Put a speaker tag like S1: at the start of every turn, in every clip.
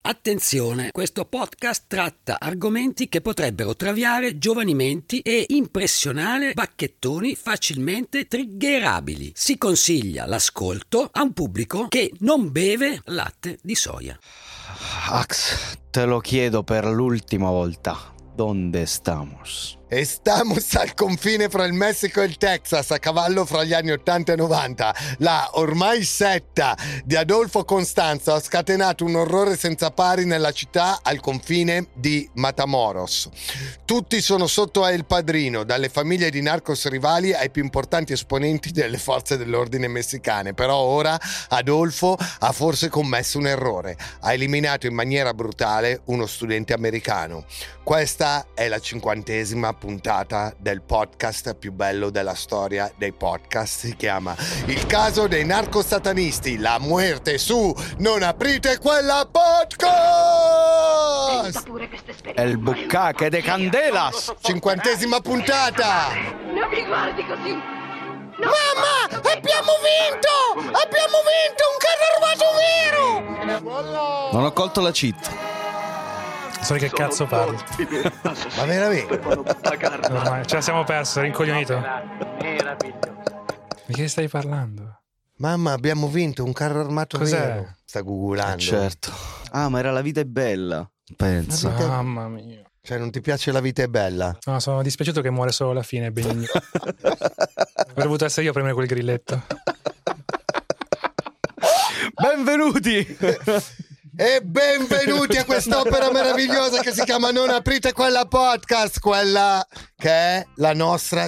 S1: Attenzione, questo podcast tratta argomenti che potrebbero traviare giovani menti e impressionare bacchettoni facilmente triggerabili. Si consiglia l'ascolto a un pubblico che non beve latte di soia.
S2: Ax, te lo chiedo per l'ultima volta. ¿Dónde estamos?
S3: Estamos al confine fra il Messico e il Texas, a cavallo fra gli anni 80 e 90. La ormai setta di Adolfo Constanzo ha scatenato un orrore senza pari nella città al confine di Matamoros. Tutti sono sotto El Padrino, dalle famiglie di narcos rivali ai più importanti esponenti delle forze dell'ordine messicane. Però ora Adolfo ha forse commesso un errore. Ha eliminato in maniera brutale uno studente americano. Questa è la 50ª puntata del podcast più bello della storia dei podcast. Si chiama Il caso dei narcosatanisti, la muerte su Non aprite quella podcast!
S2: El bucaque de candelas!
S3: 50ª puntata!
S4: Non mi guardi così! No.
S3: Mamma, abbiamo vinto! Abbiamo vinto! Un carro armato vero!
S2: Non ho colto la cheat.
S5: So che cazzo parli.
S3: Ma veramente?
S5: Ormai, ce la siamo perso, rincoglionito. Di che stai parlando?
S3: Mamma, abbiamo vinto un carro armato
S5: Cos'è?
S3: vero. Sta googolando.
S2: Certo. Ah, ma era La vita è bella. Pensa.
S5: Mamma mia.
S3: Cioè, non ti piace La vita è bella?
S5: No, sono dispiaciuto che muore solo alla fine, Benigno. Avrei voluto essere io a premere quel grilletto.
S2: Benvenuti!
S3: E benvenuti a quest'opera meravigliosa che si chiama Non aprite quella podcast, quella che è la nostra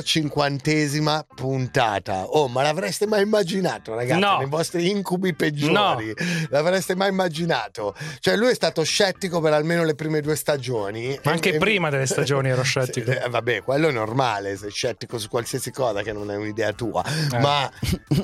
S3: 50ª puntata. Oh, ma l'avreste mai immaginato, ragazzi?
S5: No.
S3: Nei vostri incubi peggiori?
S5: No.
S3: L'avreste mai immaginato? Cioè, lui è stato scettico per almeno le prime 2 stagioni.
S5: Ma anche prima delle stagioni ero scettico.
S3: Vabbè, quello è normale, sei scettico su qualsiasi cosa che non è un'idea tua. Ma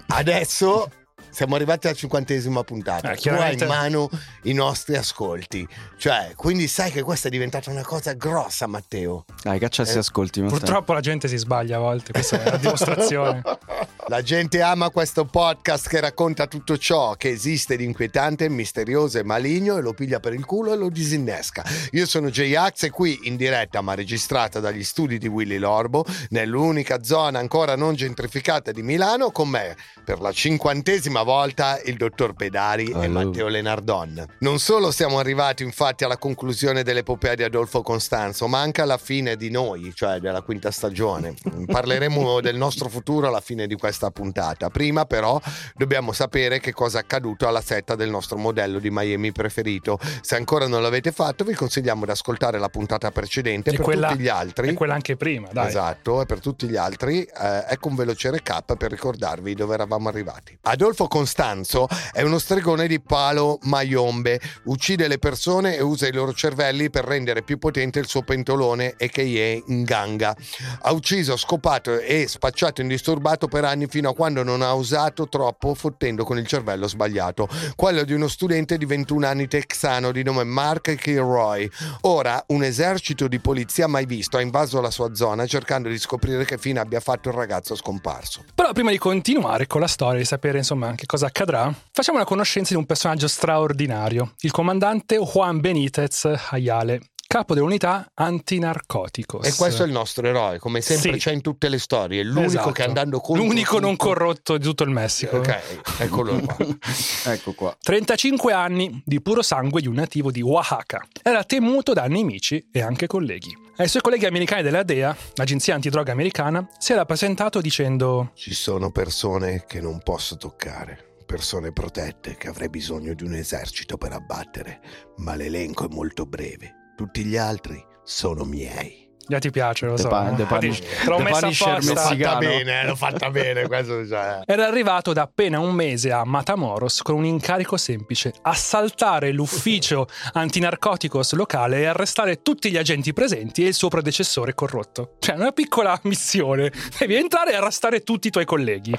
S3: adesso siamo arrivati alla 50ª puntata. Tu hai in mano i nostri ascolti. Cioè, quindi sai che questa è diventata una cosa grossa, Matteo.
S2: Dai, cacciassi ascolti.
S5: Purtroppo la gente si sbaglia a volte, questa è la dimostrazione.
S3: La gente ama questo podcast che racconta tutto ciò che esiste di inquietante, misterioso e maligno e lo piglia per il culo e lo disinnesca. Io sono J-Ax e qui in diretta, ma registrata dagli studi di Willy Lorbo, nell'unica zona ancora non gentrificata di Milano, con me per la 50ª volta il dottor Pedari e Matteo Lenardon. Non solo siamo arrivati infatti alla conclusione dell'epopea di Adolfo Constanzo, ma anche alla fine di noi, cioè della 5ª stagione. Parleremo del nostro futuro alla fine di questa puntata. Prima però dobbiamo sapere che cosa è accaduto alla setta del nostro modello di Miami preferito. Se ancora non l'avete fatto, vi consigliamo di ascoltare la puntata precedente. Per tutti gli altri,
S5: e quella anche prima, dai.
S3: Esatto, e per tutti gli altri ecco un veloce recap per ricordarvi dove eravamo arrivati. Adolfo Constanzo è uno stregone di palo Mayombe, uccide le persone e usa i loro cervelli per rendere più potente il suo pentolone a.k.a. Nganga. Ha ucciso, scopato e spacciato indisturbato per anni fino a quando non ha usato troppo, fottendo con il cervello sbagliato, quello di uno studente di 21 anni texano di nome Mark Kilroy. Ora un esercito di polizia mai visto ha invaso la sua zona cercando di scoprire che fine abbia fatto il ragazzo scomparso.
S5: Però prima di continuare con la storia, di sapere insomma che cosa accadrà, facciamo la conoscenza di un personaggio straordinario, il comandante Juan Benítez Ayale, capo dell'unità antinarcoticos.
S3: E questo è il nostro eroe, come sempre
S5: sì.
S3: C'è in tutte le storie, l'unico che andando contro
S5: l'unico
S3: tutto...
S5: non corrotto di tutto il Messico.
S3: Ok, eccolo qua.
S2: Ecco qua.
S5: 35 anni di puro sangue di un nativo di Oaxaca. Era temuto da nemici e anche colleghi. Ai suoi colleghi americani della DEA, l'agenzia antidroga americana, si era presentato dicendo:
S3: ci sono persone che non posso toccare, persone protette che avrei bisogno di un esercito per abbattere, ma l'elenco è molto breve. Tutti gli altri sono miei.
S5: Già ti piace, lo so.
S2: The
S5: l'ho messa apposta.
S3: L'ho fatta bene, questo cioè.
S5: Era arrivato da appena un mese a Matamoros con un incarico semplice: assaltare l'ufficio antinarcoticos locale e arrestare tutti gli agenti presenti e il suo predecessore corrotto. Cioè, una piccola missione. Devi entrare e arrestare tutti i tuoi colleghi.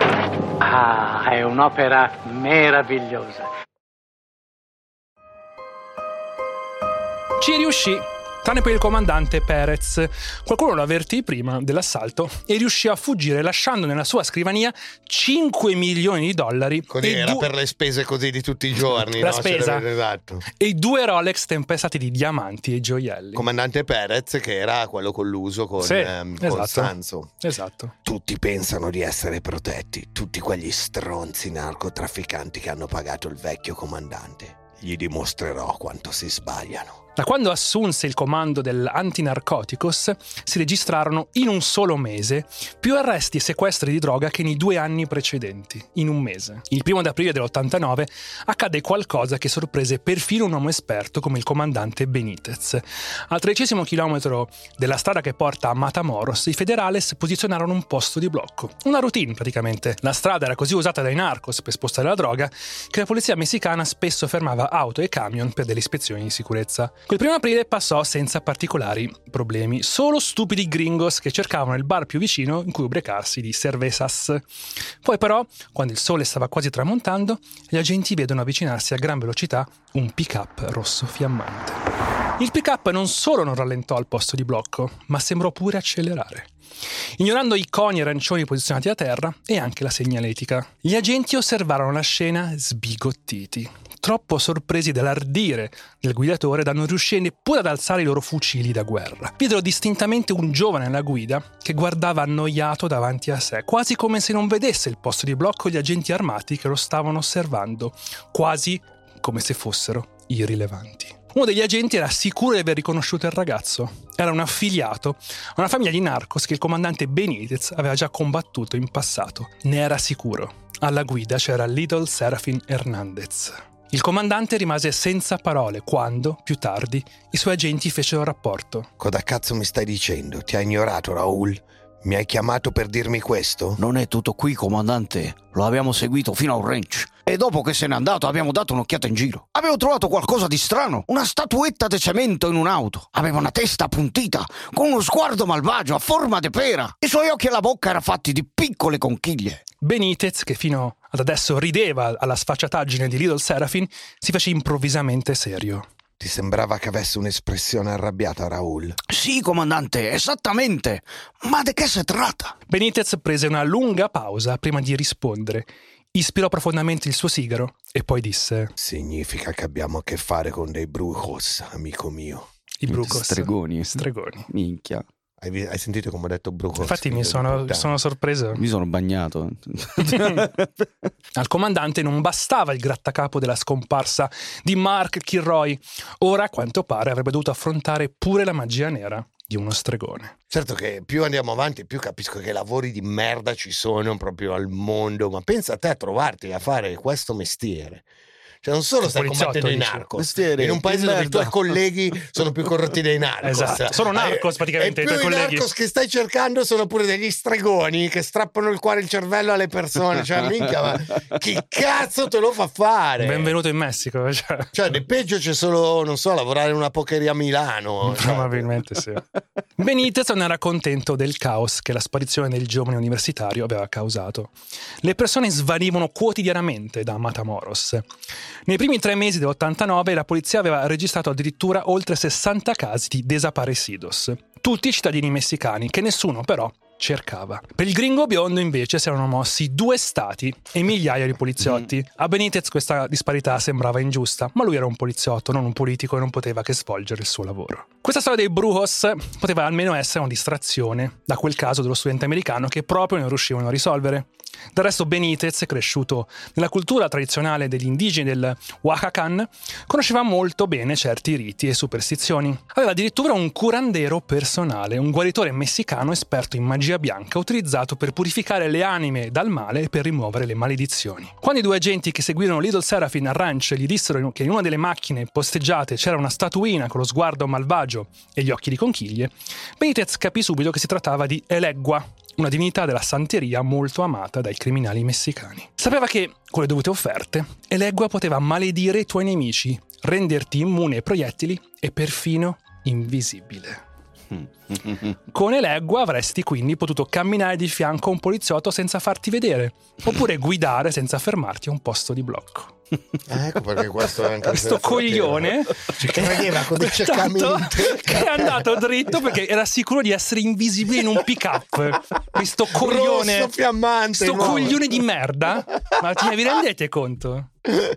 S6: Ah, è un'opera meravigliosa.
S5: Ci riuscì. tranne per il comandante Perez. Qualcuno lo avvertì prima dell'assalto e riuscì a fuggire lasciando nella sua scrivania $5 milioni.
S3: Così era per le spese così di tutti i giorni.
S5: La
S3: no?
S5: spesa.
S3: Esatto.
S5: E 2 Rolex tempestati di diamanti e gioielli.
S3: Comandante Perez, che era quello colluso con
S5: esatto.
S3: Sanso.
S5: Esatto.
S3: Tutti pensano di essere protetti, tutti quegli stronzi narcotrafficanti che hanno pagato il vecchio comandante. Gli dimostrerò quanto si sbagliano.
S5: Da quando assunse il comando dell'Antinarcoticos si registrarono in un solo mese più arresti e sequestri di droga che nei 2 anni precedenti, in un mese. Il 1 aprile dell'89 accadde qualcosa che sorprese perfino un uomo esperto come il comandante Benitez. Al 13° chilometro della strada che porta a Matamoros, i federales posizionarono un posto di blocco. Una routine praticamente. La strada era così usata dai narcos per spostare la droga che la polizia messicana spesso fermava auto e camion per delle ispezioni di sicurezza. Quel 1 aprile passò senza particolari problemi, solo stupidi gringos che cercavano il bar più vicino in cui ubriacarsi di cervezas. Poi però, quando il sole stava quasi tramontando, gli agenti vedono avvicinarsi a gran velocità un pick-up rosso fiammante. Il pick-up non solo non rallentò al posto di blocco, ma sembrò pure accelerare, ignorando i coni arancioni posizionati a terra e anche la segnaletica. Gli agenti osservarono la scena sbigottiti, troppo sorpresi dall'ardire del guidatore da non riuscire neppure ad alzare i loro fucili da guerra. Videro distintamente un giovane alla guida che guardava annoiato davanti a sé, quasi come se non vedesse il posto di blocco e gli agenti armati che lo stavano osservando, quasi come se fossero irrilevanti. Uno degli agenti era sicuro di aver riconosciuto il ragazzo. Era un affiliato a una famiglia di narcos che il comandante Benitez aveva già combattuto in passato. Ne era sicuro. Alla guida c'era Little Serafin Hernandez. Il comandante rimase senza parole quando, più tardi, i suoi agenti fecero rapporto.
S3: Cosa cazzo mi stai dicendo? Ti ha ignorato, Raul? Mi hai chiamato per dirmi questo?
S2: Non è tutto qui, comandante. Lo abbiamo seguito fino a un ranch. E dopo che se n'è andato abbiamo dato un'occhiata in giro. Avevo trovato qualcosa di strano. Una statuetta di cemento in un'auto. Aveva una testa appuntita, con uno sguardo malvagio a forma di pera. I suoi occhi e la bocca erano fatti di piccole conchiglie.
S5: Benitez, che fino ad adesso rideva alla sfacciataggine di Little Serafin, si fece improvvisamente serio.
S3: Ti sembrava che avesse un'espressione arrabbiata, Raul?
S2: Sì, comandante, esattamente. Ma di che si tratta?
S5: Benitez prese una lunga pausa prima di rispondere. Ispirò profondamente il suo sigaro e poi disse:
S3: Significa che abbiamo a che fare con dei brujos, amico mio.
S5: I brujos.
S2: Stregoni.
S3: Minchia.
S2: Minchia.
S3: Hai sentito come ho detto brujos?
S5: Infatti mi sono sorpreso.
S2: Mi sono bagnato.
S5: Al comandante non bastava il grattacapo della scomparsa di Mark Kilroy. Ora, a quanto pare, avrebbe dovuto affrontare pure la magia nera di uno stregone.
S3: Certo che più andiamo avanti più capisco che lavori di merda ci sono proprio al mondo, ma pensa a te a trovarti a fare questo mestiere. Cioè non solo stai combattendo i narcos in un paese dove i tuoi colleghi sono più corrotti dei narcos.
S5: Esatto, sono narcos praticamente
S3: e
S5: i
S3: più
S5: tuoi colleghi.
S3: I narcos che stai cercando sono pure degli stregoni che strappano il cuore e il cervello alle persone. Cioè minchia, ma chi cazzo te lo fa fare?
S5: Benvenuto in Messico.
S3: Cioè di peggio c'è solo, non so, lavorare in una pokeria a Milano.
S5: Probabilmente sì. Benitez non era contento del caos che la sparizione del giovane universitario aveva causato. Le persone svanivano quotidianamente da Matamoros. Nei primi 3 mesi dell'89 la polizia aveva registrato addirittura oltre 60 casi di desaparecidos, tutti cittadini messicani che nessuno però cercava. Per il gringo biondo invece si erano mossi 2 stati e migliaia di poliziotti. A Benitez questa disparità sembrava ingiusta, ma lui era un poliziotto, non un politico, e non poteva che svolgere il suo lavoro. Questa storia dei brujos poteva almeno essere una distrazione da quel caso dello studente americano che proprio non riuscivano a risolvere. Del resto Benitez, cresciuto nella cultura tradizionale degli indigeni del Oaxacan, conosceva molto bene certi riti e superstizioni. Aveva addirittura un curandero personale, un guaritore messicano esperto in magia bianca utilizzato per purificare le anime dal male e per rimuovere le maledizioni. Quando i 2 agenti che seguirono Little Serafin al ranch gli dissero che in una delle macchine posteggiate c'era una statuina con lo sguardo malvagio e gli occhi di conchiglie, Benitez capì subito che si trattava di Elegua, una divinità della santeria molto amata dai criminali messicani. Sapeva che, con le dovute offerte, Elegua poteva maledire i tuoi nemici, renderti immune ai proiettili e perfino invisibile. Con Elegua avresti quindi potuto camminare di fianco a un poliziotto senza farti vedere, oppure guidare senza fermarti a un posto di blocco.
S3: Ecco perché questo è anche
S5: questo coglione
S3: ci credeva con il
S5: che è andato dritto perché era sicuro di essere invisibile in un pick-up. Questo coglione
S3: rosso fiammante,
S5: sto coglione di merda. Ma vi rendete conto?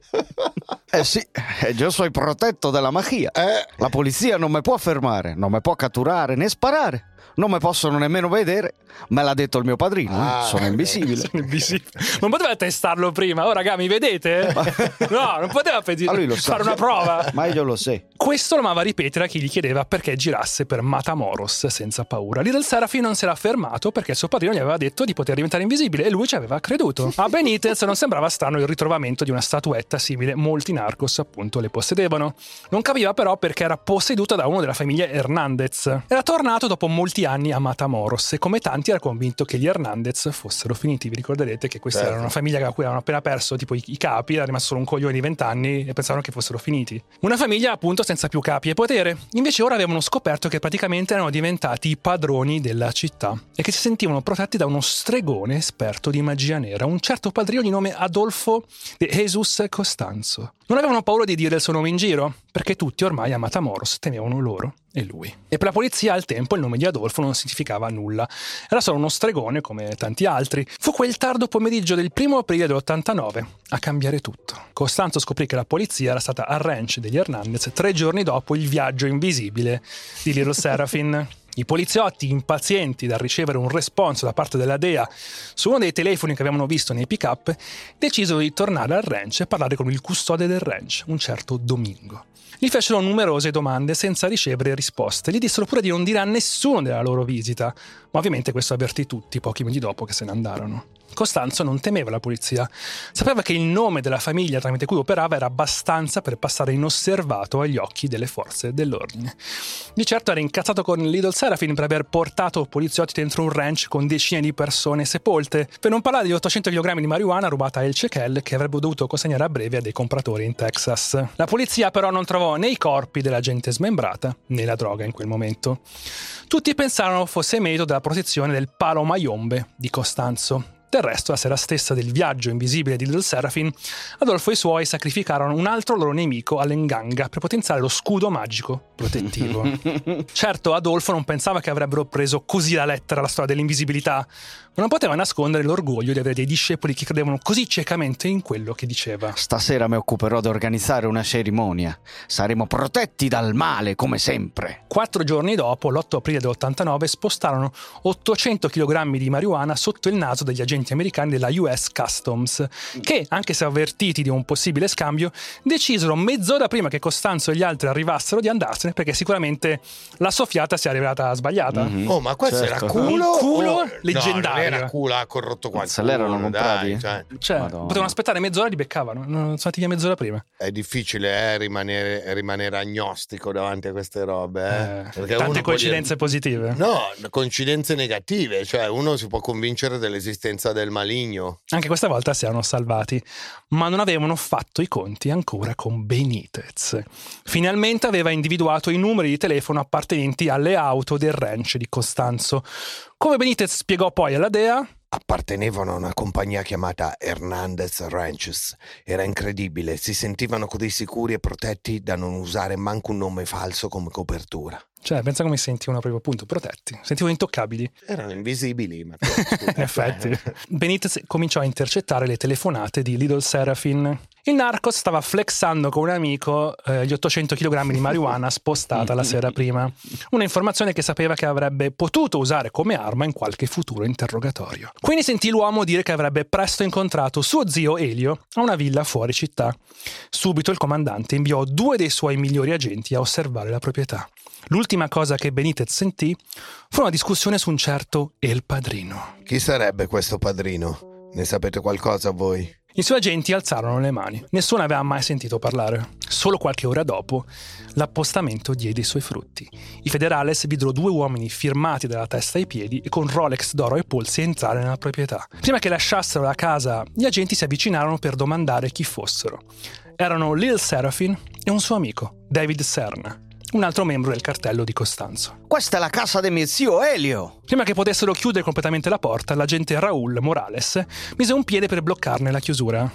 S2: Sì, io sono protetto dalla magia. La polizia non mi può fermare, non mi può catturare né sparare. Non mi possono nemmeno vedere. Me l'ha detto il mio padrino. Sono invisibile.
S5: Sono invisibile. Non poteva testarlo prima. Oh raga, mi vedete? No, non poteva fare una prova.
S2: Ma io lo so.
S5: Questo lo amava ripetere a chi gli chiedeva perché girasse per Matamoros senza paura. Little Seraphim non si era fermato perché suo padrino gli aveva detto di poter diventare invisibile e lui ci aveva creduto. A Benitez non sembrava strano il ritrovamento di una statuetta simile. Molti narcos appunto le possedevano. Non capiva però perché era posseduta da uno della famiglia Hernandez. Era tornato dopo molti anni a Matamoros e come tanti era convinto che gli Hernandez fossero finiti. Vi ricorderete che questa era una famiglia a cui avevano appena perso tipo i capi, era rimasto solo un coglione di 20 anni e pensavano che fossero finiti. Una famiglia appunto senza più capi e potere. Invece ora avevano scoperto che praticamente erano diventati i padroni della città e che si sentivano protetti da uno stregone esperto di magia nera, un certo padrino di nome Adolfo de Jesus Costanzo. Non avevano paura di dire il suo nome in giro perché tutti ormai a Matamoros temevano loro e lui. E per la polizia al tempo il nome di Adolfo non significava nulla. Era solo uno stregone come tanti altri. Fu quel tardo pomeriggio del 1 aprile dell'89 a cambiare tutto. Costanzo scoprì che la polizia era stata al ranch degli Hernandez 3 giorni dopo il viaggio invisibile di Little Seraphim. I poliziotti, impazienti dal ricevere un responso da parte della DEA su uno dei telefoni che avevano visto nei pick-up, decisero di tornare al ranch e parlare con il custode del ranch, un certo Domingo. Gli fecero numerose domande senza ricevere risposte. Gli dissero pure di non dire a nessuno della loro visita, ma ovviamente questo avvertì tutti pochi minuti dopo che se ne andarono. Costanzo non temeva la polizia. Sapeva che il nome della famiglia tramite cui operava era abbastanza per passare inosservato agli occhi delle forze dell'ordine. Di certo era incazzato con Little Seraphim per aver portato poliziotti dentro un ranch con decine di persone sepolte, per non parlare di 800 kg di marijuana rubata a El Chequel che avrebbe dovuto consegnare a breve a dei compratori in Texas. La polizia però non trovò né i corpi della gente smembrata né la droga in quel momento. Tutti pensarono fosse merito della protezione del palo Mayombe di Costanzo. Del resto, la sera stessa del viaggio invisibile di Little Seraphim, Adolfo e i suoi sacrificarono un altro loro nemico all'Enganga per potenziare lo scudo magico protettivo. Certo, Adolfo non pensava che avrebbero preso così la lettera la storia dell'invisibilità, ma non poteva nascondere l'orgoglio di avere dei discepoli che credevano così ciecamente in quello che diceva.
S2: Stasera mi occuperò di organizzare una cerimonia. Saremo protetti dal male, come sempre.
S5: 4 giorni dopo, l'8 aprile dell'89, spostarono 800 kg di marijuana sotto il naso degli agenti americani della US Customs, che, anche se avvertiti di un possibile scambio, decisero mezz'ora prima che Costanzo e gli altri arrivassero di andarsene perché sicuramente la soffiata si è rivelata sbagliata.
S3: Oh, ma questo era culo?
S5: Un culo leggendario.
S3: No, non era culo, ha corrotto qualcuno.
S2: Se l'erano comprati?
S5: Cioè, potevano aspettare mezz'ora e li beccavano. Non sono andati via mezz'ora prima.
S3: È difficile rimanere agnostico davanti a queste robe.
S5: Tante coincidenze positive.
S3: No, coincidenze negative. Cioè uno si può convincere dell'esistenza del maligno.
S5: Anche questa volta si erano salvati, ma non avevano fatto i conti ancora con Benitez. Finalmente aveva individuato i numeri di telefono appartenenti alle auto del ranch di Costanzo. Come Benitez spiegò poi alla DEA,
S3: appartenevano a una compagnia chiamata Hernandez Ranches. Era incredibile, si sentivano così sicuri e protetti da non usare manco un nome falso come copertura.
S5: Cioè, pensa come sentivano proprio appunto protetti, sentivano intoccabili.
S3: Erano invisibili, ma
S5: in effetti. Benitez cominciò a intercettare le telefonate di Little Seraphim. Il narcos stava flexando con un amico gli 800 kg di marijuana spostata la sera prima. Una informazione che sapeva che avrebbe potuto usare come arma in qualche futuro interrogatorio. Quindi sentì l'uomo dire che avrebbe presto incontrato suo zio Elio a una villa fuori città. Subito il comandante inviò 2 dei suoi migliori agenti a osservare la proprietà. L'ultima cosa che Benitez sentì fu una discussione su un certo El Padrino.
S3: Chi sarebbe questo padrino? Ne sapete qualcosa voi?
S5: I suoi agenti alzarono le mani. Nessuno aveva mai sentito parlare. Solo qualche ora dopo, l'appostamento diede i suoi frutti. I federales videro 2 uomini firmati dalla testa ai piedi e con Rolex d'oro ai polsi entrare nella proprietà. Prima che lasciassero la casa, gli agenti si avvicinarono per domandare chi fossero. Erano Little Seraphim e un suo amico, David Serna, un altro membro del cartello di Costanzo.
S2: Questa è la casa di mio zio Elio.
S5: Prima che potessero chiudere completamente la porta, l'agente Raúl Morales mise un piede per bloccarne la chiusura.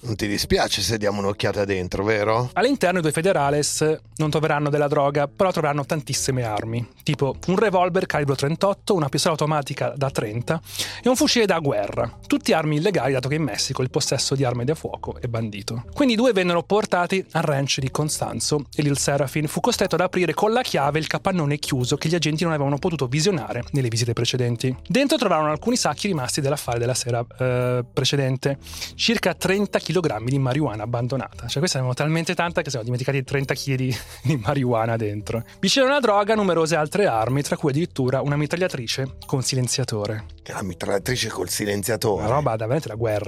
S3: Non ti dispiace se diamo un'occhiata dentro, vero?
S5: All'interno i due federales non troveranno della droga, però troveranno tantissime armi, tipo un revolver calibro 38, una pistola automatica da 30 e un fucile da guerra, tutti armi illegali dato che in Messico il possesso di armi da fuoco è bandito. Quindi i due vennero portati al ranch di Costanzo e Lil Serafin fu costretto ad aprire con la chiave il capannone chiuso che gli agenti non avevano potuto visionare nelle visite precedenti. Dentro trovarono alcuni sacchi rimasti dell'affare della sera precedente, circa 30 kg di marijuana abbandonata. Cioè questa ne avevamo talmente tanta che siamo dimenticati 30 kg di marijuana dentro. Vicino alla droga numerose altre armi, tra cui addirittura una mitragliatrice con silenziatore.
S3: La mitragliatrice col silenziatore.
S5: Una roba veramente la guerra.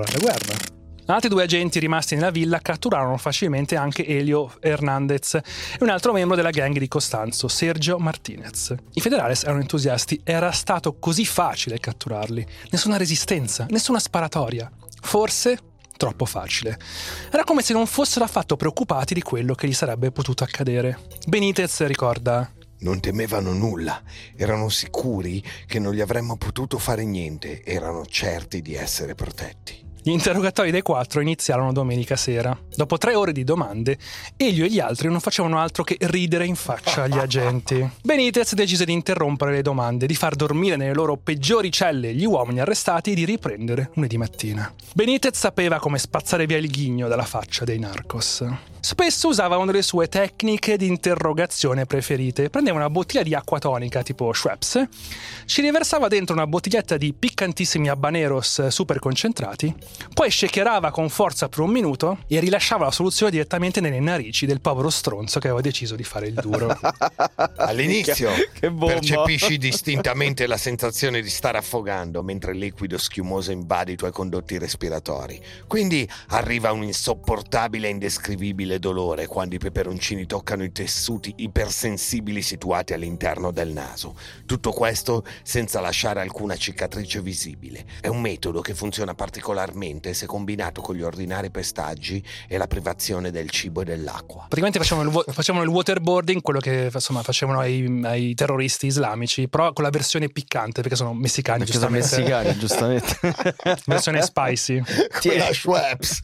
S5: Altri due agenti rimasti nella villa catturarono facilmente anche Elio Hernandez e un altro membro della gang di Costanzo, Sergio Martinez. I federales erano entusiasti, era stato così facile catturarli. Nessuna resistenza, nessuna sparatoria. Forse troppo facile. Era come se non fossero affatto preoccupati di quello che gli sarebbe potuto accadere. Benitez ricorda:
S3: non temevano nulla, erano sicuri che non gli avremmo potuto fare niente, erano certi di essere protetti.
S5: Gli interrogatori dei quattro iniziarono domenica sera. Dopo 3 ore di domande, Elio e gli altri non facevano altro che ridere in faccia agli agenti. Benitez decise di interrompere le domande, di far dormire nelle loro peggiori celle gli uomini arrestati e di riprendere lunedì mattina. Benitez sapeva come spazzare via il ghigno dalla faccia dei narcos. Spesso usava una delle sue tecniche di interrogazione preferite. Prendeva una bottiglia di acqua tonica tipo Schweppes, ci riversava dentro una bottiglietta di piccantissimi habaneros super concentrati, poi shakerava con forza per 1 minuto e rilasciava la soluzione direttamente nelle narici del povero stronzo che aveva deciso di fare il duro.
S3: All'inizio
S2: che bomba.
S3: percepisci distintamente la sensazione di stare affogando mentre il liquido schiumoso invade i tuoi condotti respiratori. Quindi arriva un insopportabile e indescrivibile dolore quando i peperoncini toccano i tessuti ipersensibili situati all'interno del naso. Tutto questo senza lasciare alcuna cicatrice visibile. È un metodo che funziona particolarmente se combinato con gli ordinari pestaggi e la privazione del cibo e dell'acqua.
S5: Praticamente facevano il waterboarding, quello che insomma facevano ai terroristi islamici, però con la versione piccante perché sono messicani,
S2: giustamente.
S5: Versione spicy.
S3: Con la Schweppes.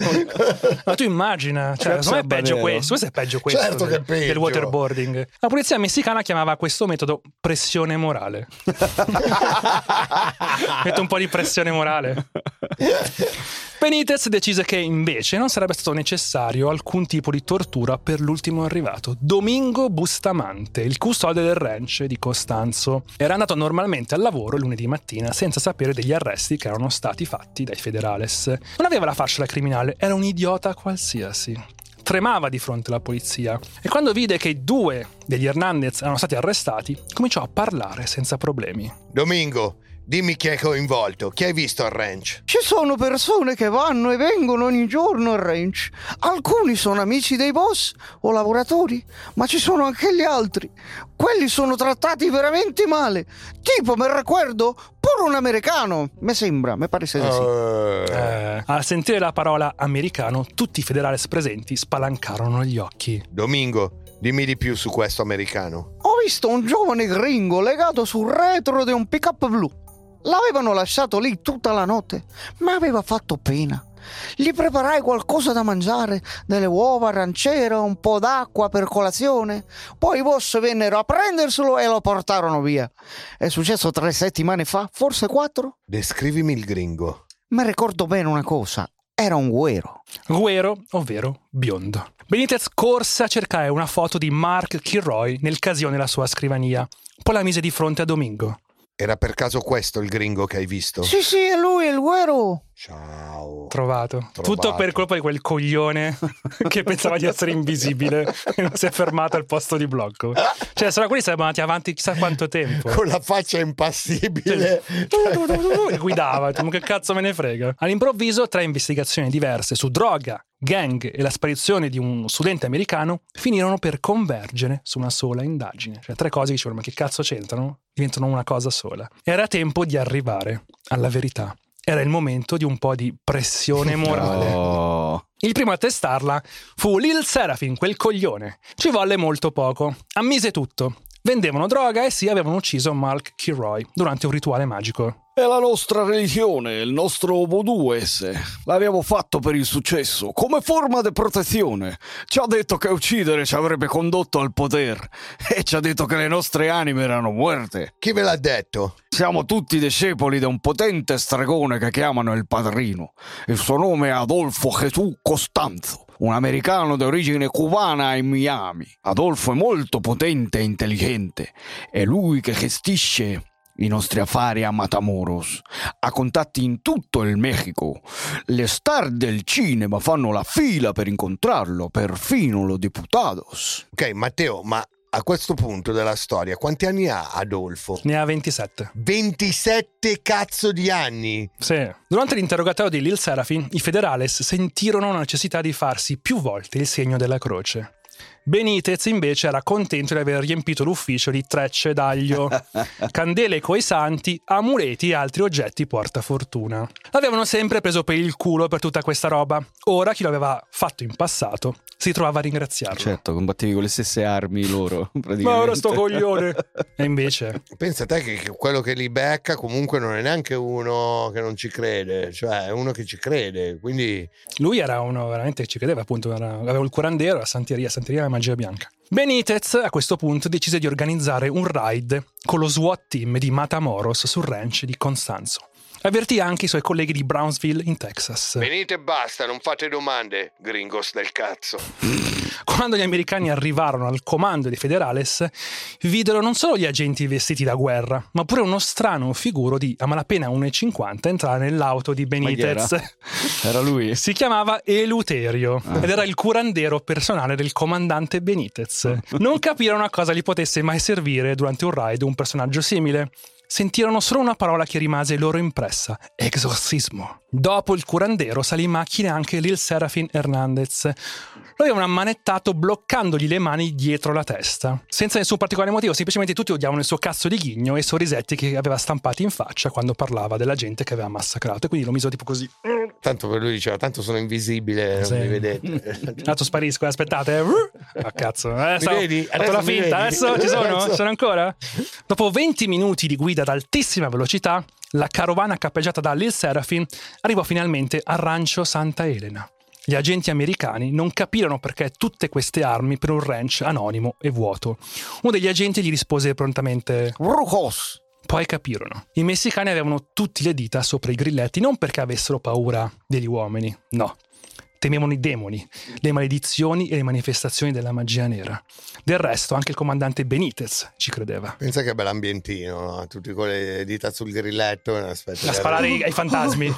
S5: Ma tu immagina, cioè, secondo me è peggio questo è peggio questo
S3: Certo che è peggio.
S5: del waterboarding. La polizia messicana chiamava questo metodo pressione morale. Metto un po' di pressione morale. Benitez decise che invece non sarebbe stato necessario alcun tipo di tortura per l'ultimo arrivato, Domingo Bustamante, il custode del ranch di Costanzo. Era andato normalmente al lavoro lunedì mattina senza sapere degli arresti che erano stati fatti dai federales. Non aveva la faccia da criminale, era un idiota qualsiasi. Tremava di fronte alla polizia e quando vide che 2 degli Hernandez erano stati arrestati, cominciò a parlare senza problemi.
S3: Domingo, dimmi chi è coinvolto, chi hai visto al ranch?
S2: Ci sono persone che vanno e vengono ogni giorno al ranch. Alcuni sono amici dei boss o lavoratori, ma ci sono anche gli altri. Quelli sono trattati veramente male. Tipo, mi ricordo, pure un americano. Mi pare sia sì.
S5: A sentire la parola americano, tutti i federales presenti spalancarono gli occhi.
S3: Domingo, dimmi di più su questo americano.
S2: Ho visto un giovane gringo legato sul retro di un pick-up blu. L'avevano lasciato lì tutta la notte, ma aveva fatto pena. Gli preparai qualcosa da mangiare, delle uova aranciere, un po' d'acqua per colazione. Poi i boss vennero a prenderselo e lo portarono via. È successo 3 settimane fa, forse 4.
S3: Descrivimi il gringo.
S2: Mi ricordo bene una cosa, era un güero.
S5: Güero, ovvero biondo. Benitez corse a cercare una foto di Mark Kilroy nel casino nella sua scrivania. Poi la mise di fronte a Domingo.
S3: Era per caso questo il gringo che hai visto?
S2: Sì, è lui, il güero.
S3: Ciao.
S5: Trovato. Tutto per colpa di quel coglione che pensava di essere invisibile e non si è fermato al posto di blocco. Cioè, se no quelli sarebbero andati avanti chissà quanto tempo.
S3: Con la faccia impassibile.
S5: E guidava, che cazzo me ne frega. All'improvviso 3 investigazioni diverse su droga, gang e la sparizione di un studente americano finirono per convergere su una sola indagine. Cioè 3 cose che dicevano, ma che cazzo c'entrano? Diventano una cosa sola. Era tempo di arrivare alla verità. Era il momento di un po' di pressione morale.
S2: Oh.
S5: Il primo a testarla fu Lil Serafin, quel coglione. Ci volle molto poco. Ammise tutto. vendevano droga e sì, avevano ucciso Malk Kilroy durante un rituale magico.
S2: È la nostra religione, il nostro voodoo esse. L'abbiamo fatto per il successo, come forma di protezione. Ci ha detto che uccidere ci avrebbe condotto al potere e ci ha detto che le nostre anime erano muerte.
S3: Chi ve l'ha detto?
S2: Siamo tutti discepoli di un potente stregone che chiamano il Padrino. Il suo nome è Adolfo Gesù Costanzo, un americano di origine cubana in Miami. Adolfo è molto potente e intelligente. È lui che gestisce i nostri affari a Matamoros, ha contatti in tutto il Messico. Le star del cinema fanno la fila per incontrarlo, perfino lo diputados.
S3: Ok, Matteo, ma a questo punto della storia quanti anni ha Adolfo?
S5: Ne ha 27.
S3: 27 cazzo di anni?
S5: Sì. Durante l'interrogatorio di Lil Serafin, i federales sentirono la necessità di farsi più volte il segno della croce. Benitez invece era contento di aver riempito l'ufficio di trecce d'aglio, candele coi santi, amuleti e altri oggetti portafortuna. L'avevano sempre preso per il culo per tutta questa roba. Ora chi lo aveva fatto in passato si trovava a ringraziarlo.
S2: Certo, combattevi con le stesse armi loro, praticamente.
S5: Ma ora sto coglione! E invece...
S3: Pensa te che quello che li becca comunque non è neanche uno che non ci crede, cioè è uno che ci crede, quindi...
S5: Lui era uno veramente che ci credeva, appunto, aveva il curandero, la santeria e magia bianca. Benitez a questo punto decise di organizzare un raid con lo SWAT team di Matamoros sul ranch di Constanzo. Avvertì anche i suoi colleghi di Brownsville in Texas.
S3: Venite e basta, non fate domande, gringos del cazzo.
S5: Quando gli americani arrivarono al comando dei federales, videro non solo gli agenti vestiti da guerra, ma pure uno strano figuro di a malapena 1,50 entrare nell'auto di Benitez.
S2: Era lui?
S5: Si chiamava Eleuterio ed era il curandero personale del comandante Benitez. Non capirono a cosa gli potesse mai servire durante un raid un personaggio simile. Sentirono solo una parola che rimase loro impressa: esorcismo. Dopo il curandero salì in macchina anche Lil Serafin Hernandez. Lo avevano ammanettato bloccandogli le mani dietro la testa, senza nessun particolare motivo, semplicemente tutti odiavano il suo cazzo di ghigno e i sorrisetti che aveva stampati in faccia quando parlava della gente che aveva massacrato, e quindi lo misero tipo così.
S3: Tanto per lui diceva, tanto sono invisibile,
S5: Sì.
S3: non mi vedete.
S5: Tanto sparisco, aspettate. Ah, cazzo,
S3: vedi?
S5: Ho fatto la
S3: Adesso mi
S5: finta,
S3: vedi?
S5: adesso ci sono?
S3: Adesso.
S5: Ci sono ancora? Dopo 20 minuti di guida ad altissima velocità, la carovana cappeggiata da Lil Serafin arrivò finalmente al rancio Santa Elena. Gli agenti americani non capirono perché tutte queste armi per un ranch anonimo e vuoto. Uno degli agenti gli rispose prontamente:
S2: Brujos!
S5: Poi capirono. I messicani avevano tutte le dita sopra i grilletti, non perché avessero paura degli uomini, no. Temevano i demoni, le maledizioni e le manifestazioni della magia nera. Del resto anche il comandante Benitez ci credeva.
S3: Pensa che bell'ambientino, no? Tutti con le dita sul grilletto. Aspetta,
S5: A sparare ai fantasmi.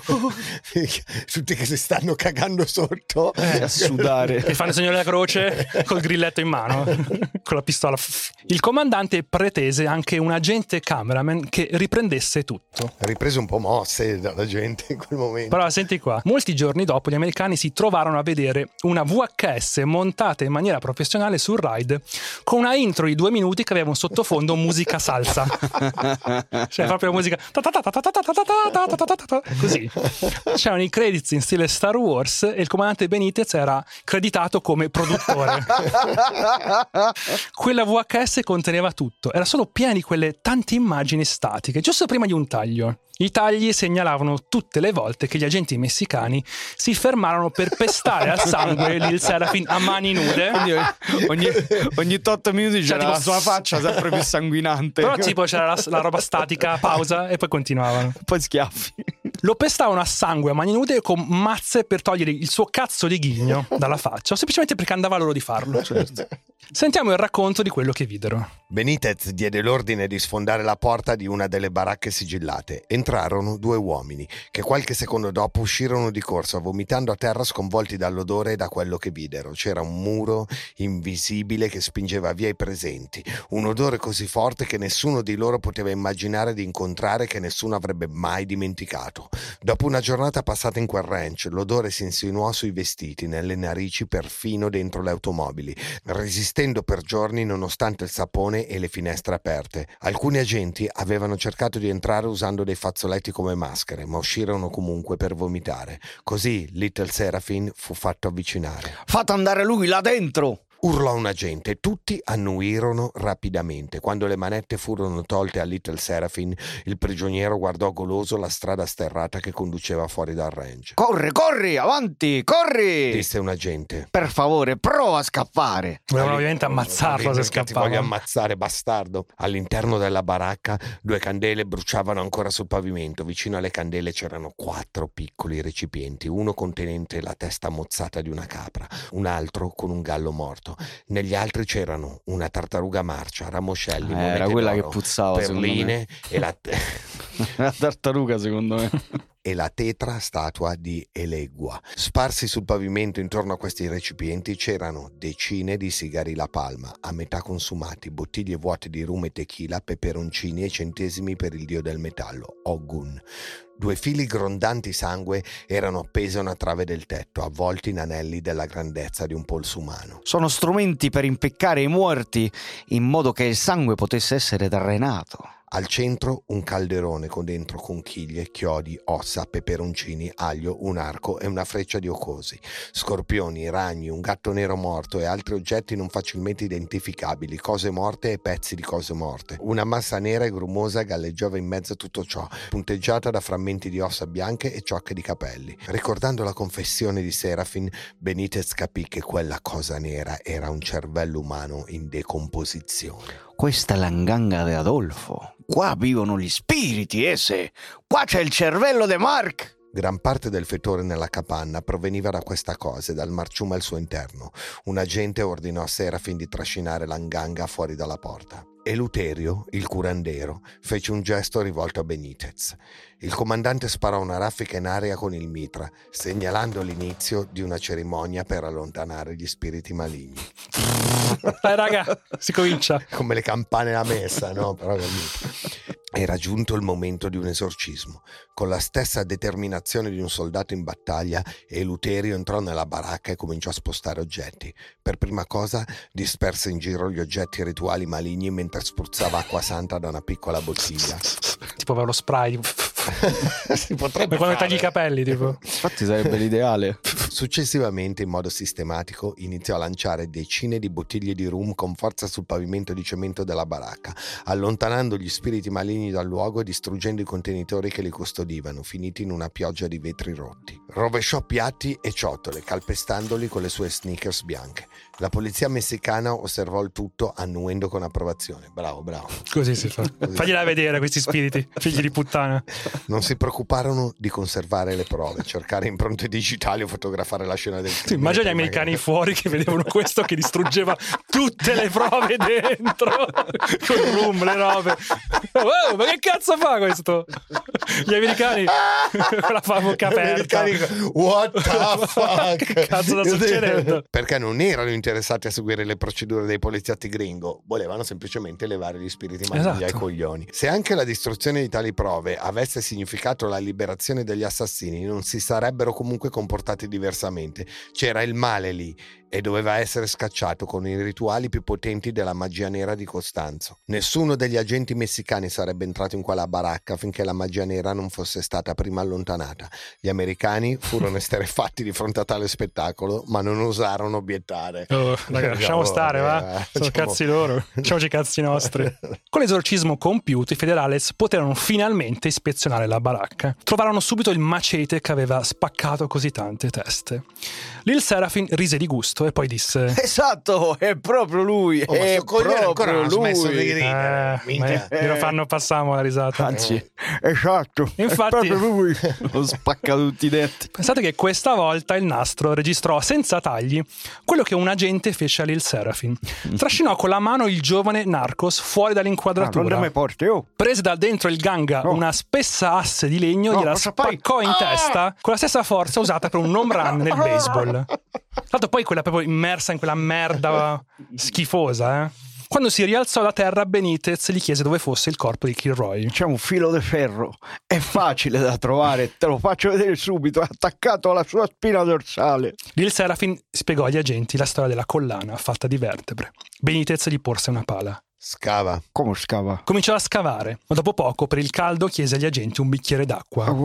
S3: Tutti che si stanno cagando sotto.
S2: A sudare.
S5: Che fanno il segno della croce col grilletto in mano, con la pistola. Il comandante pretese anche un agente cameraman che riprendesse tutto.
S3: Ha ripreso un po' mosse dalla gente in quel momento.
S5: Però senti qua, molti giorni dopo gli americani si trovarono a vedere una VHS montata in maniera professionale sul raid con una intro di 2 minuti che aveva un sottofondo musica salsa, cioè proprio musica così. C'erano i credits in stile Star Wars e il comandante Benitez era creditato come produttore. Quella VHS conteneva tutto, era solo piena di quelle tante immagini statiche giusto prima di un taglio. I tagli segnalavano tutte le volte che gli agenti messicani si fermarono per pestare al sangue Lil Serafin a mani nude.
S2: Quindi ogni 8 minuti c'era
S5: tipo
S2: la sua faccia sempre più sanguinante.
S5: Però tipo c'era la roba statica, pausa e poi continuavano.
S2: Poi schiaffi.
S5: Lo pestavano a sangue a mani nude con mazze per togliere il suo cazzo di ghigno dalla faccia, o semplicemente perché andava loro di farlo. Certo. Sentiamo il racconto di quello che videro.
S3: Benitez diede l'ordine di sfondare la porta di una delle baracche sigillate. Entrarono 2 uomini che qualche secondo dopo uscirono di corsa vomitando a terra, sconvolti dall'odore e da quello che videro. C'era un muro invisibile che spingeva via i presenti, un odore così forte che nessuno di loro poteva immaginare di incontrare, che nessuno avrebbe mai dimenticato. Dopo una giornata passata in quel ranch, l'odore si insinuò sui vestiti, nelle narici, perfino dentro le automobili, resistendo per giorni nonostante il sapone e le finestre aperte. Alcuni agenti avevano cercato di entrare usando dei fazzoletti come maschere, ma uscirono comunque per vomitare. Così Little Serafin fu fatto avvicinare.
S2: Fate andare lui là dentro!
S3: Urlò un agente, tutti annuirono rapidamente. Quando le manette furono tolte a Little Seraphine, il prigioniero guardò goloso la strada sterrata che conduceva fuori dal range.
S2: Corri, avanti, corri!
S3: Disse un agente.
S2: Per favore, prova a scappare.
S5: Volevano ovviamente ammazzarlo se
S3: Ti voglio
S5: scappava.
S3: ammazzare, bastardo. All'interno della baracca 2 candele bruciavano ancora sul pavimento. Vicino alle candele c'erano 4 piccoli recipienti, uno contenente la testa mozzata di una capra, un altro con un gallo morto. Negli altri c'erano una tartaruga marcia, ramoscelli, monete
S2: Era quella
S3: d'oro,
S2: che puzzava,
S3: perline e la
S2: La tartaruga, secondo me.
S3: e la tetra statua di Elegua. Sparsi sul pavimento intorno a questi recipienti c'erano decine di sigari La Palma, a metà consumati, bottiglie vuote di rum e tequila, peperoncini e centesimi per il dio del metallo, Ogun. 2 fili grondanti sangue erano appesi a una trave del tetto, avvolti in anelli della grandezza di un polso umano.
S2: Sono strumenti per impiccare i morti in modo che il sangue potesse essere drenato.
S3: Al centro un calderone con dentro conchiglie, chiodi, ossa, peperoncini, aglio, un arco e una freccia di ocosi, scorpioni, ragni, un gatto nero morto e altri oggetti non facilmente identificabili, cose morte e pezzi di cose morte. Una massa nera e grumosa galleggiava in mezzo a tutto ciò, punteggiata da frammenti di ossa bianche e ciocche di capelli. Ricordando la confessione di Seraphine, Benitez capì che quella cosa nera era un cervello umano in decomposizione.
S2: Questa è l'anganga di Adolfo. Qua vivono gli spiriti, esse. Qua c'è il cervello di Mark.
S3: Gran parte del fetore nella capanna proveniva da questa cosa e dal marciume al suo interno. Un agente ordinò a Seraphine di trascinare l'anganga fuori dalla porta. Eleuterio, il curandero, fece un gesto rivolto a Benitez. Il comandante sparò una raffica in aria con il mitra, segnalando l'inizio di una cerimonia per allontanare gli spiriti maligni.
S5: Dai raga, si comincia.
S3: Come le campane alla messa, no? Però era giunto il momento di un esorcismo. Con la stessa determinazione di un soldato in battaglia, Eleuterio entrò nella baracca e cominciò a spostare oggetti. Per prima cosa disperse in giro gli oggetti rituali maligni mentre spruzzava acqua santa da una piccola bottiglia.
S5: Tipo per lo spray.
S3: Si potrebbe
S5: Come quando
S3: fare.
S5: tagli i capelli, tipo.
S2: Infatti sarebbe l'ideale.
S3: Successivamente, in modo sistematico, iniziò a lanciare decine di bottiglie di rum con forza sul pavimento di cemento della baracca, allontanando gli spiriti maligni dal luogo e distruggendo i contenitori che li custodivano, finiti in una pioggia di vetri rotti. Rovesciò piatti e ciotole, calpestandoli con le sue sneakers bianche. La polizia messicana osservò il tutto annuendo con approvazione. Bravo.
S5: Così si fa. Fagliela vedere questi spiriti, figli di puttana.
S3: Non si preoccuparono di conservare le prove, cercare impronte digitali o fotografare la scena del film.
S5: Immagina gli americani fuori che vedevano questo che distruggeva tutte le prove dentro con il rum, le robe. Wow, ma che cazzo fa questo? Gli americani con la bocca aperta.
S3: What the fuck?
S5: Che cazzo sta succedendo?
S3: Perché non erano interessati a seguire le procedure dei poliziotti gringo, volevano semplicemente levare gli spiriti maligni ai coglioni. Se anche la distruzione di tali prove avesse significato la liberazione degli assassini, non si sarebbero comunque comportati diversamente. C'era il male lì e doveva essere scacciato con i rituali più potenti della magia nera di Costanzo. Nessuno degli agenti messicani sarebbe entrato in quella baracca finché la magia nera non fosse stata prima allontanata. Gli americani furono esterrefatti di fronte a tale spettacolo, ma non osarono obiettare.
S5: Oh, raga, lasciamo stare, va? Sono cazzi loro, facciamoci i cazzi nostri. Con l'esorcismo compiuto, i federales poterono finalmente ispezionare la baracca. Trovarono subito il macete che aveva spaccato così tante teste. Lil Seraphine rise di gusto e poi disse:
S2: Esatto, è proprio lui.
S3: Oh, ma
S2: è
S3: sto coglione ancora non ha
S2: proprio
S3: smesso di
S2: lui.
S3: ridere. Minchia.
S5: glielo fanno, passiamo la risata.
S2: Anzi, esatto.
S5: Infatti-
S2: è proprio lui. Lo spacca tutti i detti.
S5: Pensate che questa volta il nastro registrò senza tagli quello che un agente fece a Lil Seraphine. Trascinò con la mano il giovane Narcos fuori dall'inquadratura.
S2: Non me porti, oh.
S5: Prese da dentro il ganga
S2: No.
S5: una spessa asse di legno,
S2: No,
S5: gliela
S2: cosa fai?
S5: spaccò in testa con la stessa forza usata per un home run nel baseball. Tanto poi quella proprio immersa in quella merda schifosa, Quando si rialzò da terra, Benitez gli chiese dove fosse il corpo di Kilroy.
S2: C'è un filo di ferro, è facile da trovare, te lo faccio vedere subito, è attaccato alla sua spina dorsale.
S5: Lil Seraphine spiegò agli agenti la storia della collana fatta di vertebre. Benitez gli porse una pala.
S3: Scava.
S2: Come scava?
S5: Cominciò a scavare, ma dopo poco, per il caldo, chiese agli agenti un bicchiere d'acqua.
S2: Acqua.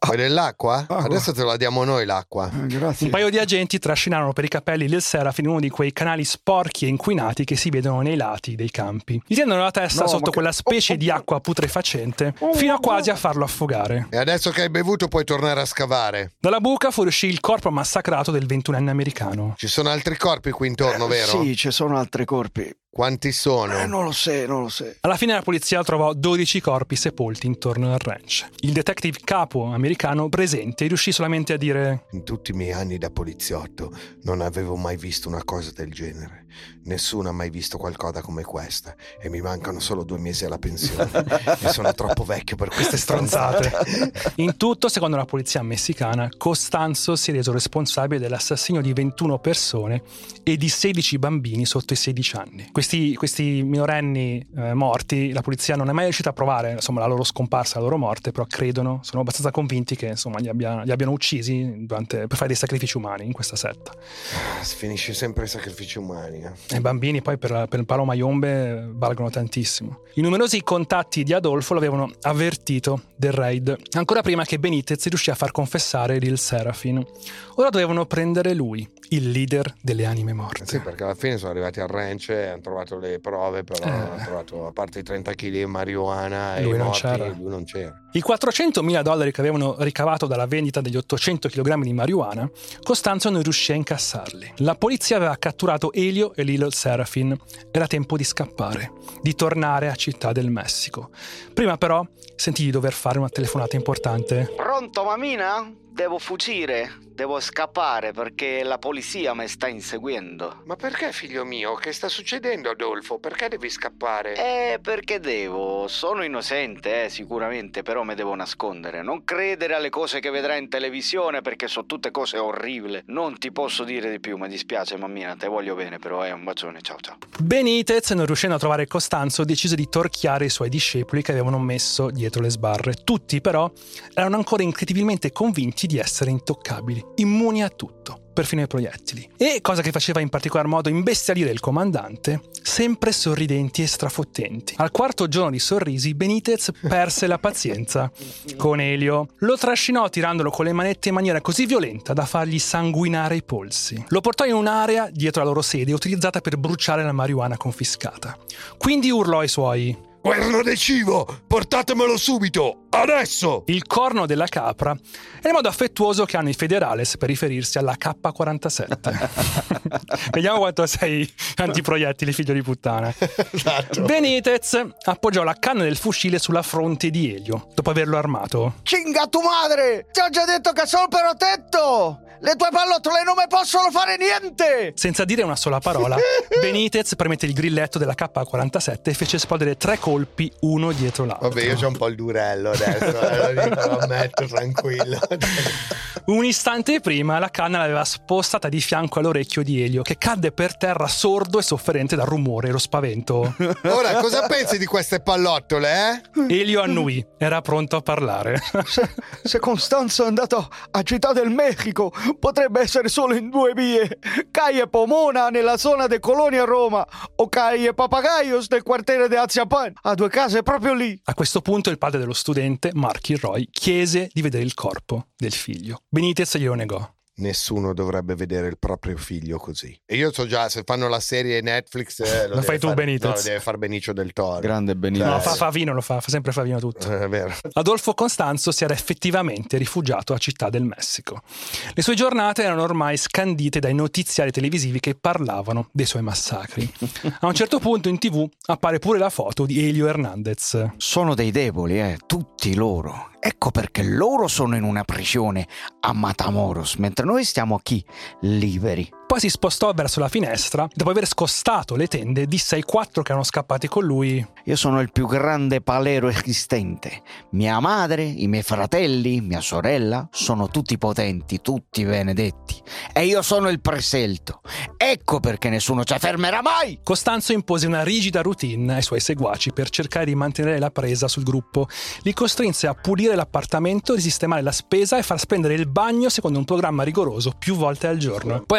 S3: Vuoi dell'acqua? Adesso te la diamo noi l'acqua.
S2: Grazie.
S5: Un paio di agenti trascinarono per i capelli Lil Serafin in uno di quei canali sporchi e inquinati che si vedono nei lati dei campi. Gli tendono la testa sotto quella specie di acqua putrefacente fino a quasi a farlo affogare.
S3: E adesso che hai bevuto puoi tornare a scavare.
S5: Dalla buca fuoriuscì il corpo massacrato del 21enne americano.
S3: Ci sono altri corpi qui intorno, vero?
S2: Sì, ci sono altri corpi.
S3: Quanti sono?
S2: Non lo so.
S5: Alla fine la polizia trovò 12 corpi sepolti intorno al ranch. Il detective capo americano presente riuscì solamente a dire:
S3: In tutti i miei anni da poliziotto non avevo mai visto una cosa del genere. Nessuno ha mai visto qualcosa come questa e mi mancano solo 2 mesi alla pensione. E sono troppo vecchio per queste stronzate.
S5: In tutto, secondo la polizia messicana, Costanzo si è reso responsabile dell'assassinio di 21 persone e di 16 bambini sotto i 16 anni. Questi minorenni morti, la polizia non è mai riuscita a provare la loro scomparsa, la loro morte, però sono abbastanza convinti che li abbiano uccisi per fare dei sacrifici umani in questa setta.
S3: Si finisce sempre i sacrifici umani.
S5: I bambini poi per il palo Mayombe valgono tantissimo. I numerosi contatti di Adolfo l'avevano avvertito del raid ancora prima che Benitez riuscì a far confessare Lil Serafin. Ora dovevano prendere lui, il leader delle anime morte.
S3: Sì, perché alla fine sono arrivati al ranch e hanno trovato le prove, però hanno trovato, a parte i 30 kg di marijuana e
S5: lui
S3: i
S5: non
S3: morti,
S5: c'era.
S3: lui non c'era.
S5: I $400.000 che avevano ricavato dalla vendita degli 800 kg di marijuana, Costanzo non riuscì a incassarli. La polizia aveva catturato Elio e Lil Serafin. Era tempo di scappare, di tornare a Città del Messico. Prima però sentì di dover fare una telefonata importante.
S2: Pronto, mammina? Devo fuggire, devo scappare perché la polizia mi sta inseguendo.
S3: Ma perché, figlio mio? Che sta succedendo, Adolfo? Perché devi scappare?
S2: Perché devo? Sono innocente, sicuramente, però mi devo nascondere. Non credere alle cose che vedrai in televisione perché sono tutte cose orribili. Non ti posso dire di più, mi dispiace, mammina, te voglio bene, però un bacione, ciao.
S5: Benitez, non riuscendo a trovare Costanzo, decise di torchiare i suoi discepoli che avevano messo dietro le sbarre. Tutti, però, erano ancora incredibilmente convinti di essere intoccabili, immuni a tutto, perfino ai proiettili. E, cosa che faceva in particolar modo imbestialire il comandante, sempre sorridenti e strafottenti. Al 4º giorno di sorrisi, Benitez perse la pazienza con Elio. Lo trascinò tirandolo con le manette in maniera così violenta da fargli sanguinare i polsi. Lo portò in un'area dietro la loro sede utilizzata per bruciare la marijuana confiscata. Quindi urlò ai suoi:
S3: Guerno del cibo! Portatemelo subito! Adesso!
S5: Il corno della capra è il modo affettuoso che hanno i federales per riferirsi alla K-47. Vediamo quanto sei antiproiettili, figlio di puttana.
S3: Esatto.
S5: Benitez appoggiò la canna del fucile sulla fronte di Elio, dopo averlo armato.
S2: Cinga tu madre! Ti ho già detto che sono protetto! Le tue pallottole non mi possono fare niente!
S5: Senza dire una sola parola, Benitez premette il grilletto della K-47 e fece esplodere 3 colpi uno dietro l'altro.
S3: Vabbè, io c'ho un po' il durello adesso, lo ammetto, tranquillo.
S5: Un istante prima la canna l'aveva spostata di fianco all'orecchio di Elio, che cadde per terra sordo e sofferente dal rumore e lo spavento.
S3: Ora, cosa pensi di queste pallottole,
S5: Elio annuì, era pronto a parlare.
S2: Se Costanzo è andato a Città del Messico, potrebbe essere solo in 2 vie: Calle Pomona nella zona de Colonia Roma o Calle Papagaios nel quartiere di Aziapan. Ha 2 case proprio lì.
S5: A questo punto il padre dello studente, Marky Roy, chiese di vedere il corpo del figlio. Benitez glielo negò.
S3: Nessuno dovrebbe vedere il proprio figlio così. E io so già, se fanno la serie Netflix
S5: lo fai tu, Benitez.
S3: No, lo deve fare Benicio del Toro.
S2: Grande Benitez.
S5: No, fa Favino, fa sempre Favino tutto.
S3: È vero.
S5: Adolfo Costanzo si era effettivamente rifugiato a Città del Messico. Le sue giornate erano ormai scandite dai notiziari televisivi che parlavano dei suoi massacri. A un certo punto in TV appare pure la foto di Elio Hernandez.
S2: Sono dei deboli, tutti loro. Ecco perché loro sono in una prigione a Matamoros, mentre noi stiamo qui, liberi.
S5: Poi si spostò verso la finestra. Dopo aver scostato le tende, disse ai 4 che erano scappati con lui:
S2: Io sono il più grande palero esistente. Mia madre, i miei fratelli, mia sorella, sono tutti potenti, tutti benedetti. E io sono il preselto. Ecco perché nessuno ci fermerà mai!
S5: Costanzo impose una rigida routine ai suoi seguaci per cercare di mantenere la presa sul gruppo. Li costrinse a pulire l'appartamento, risistemare la spesa e far spendere il bagno secondo un programma rigoroso più volte al giorno. Poi a Costanzo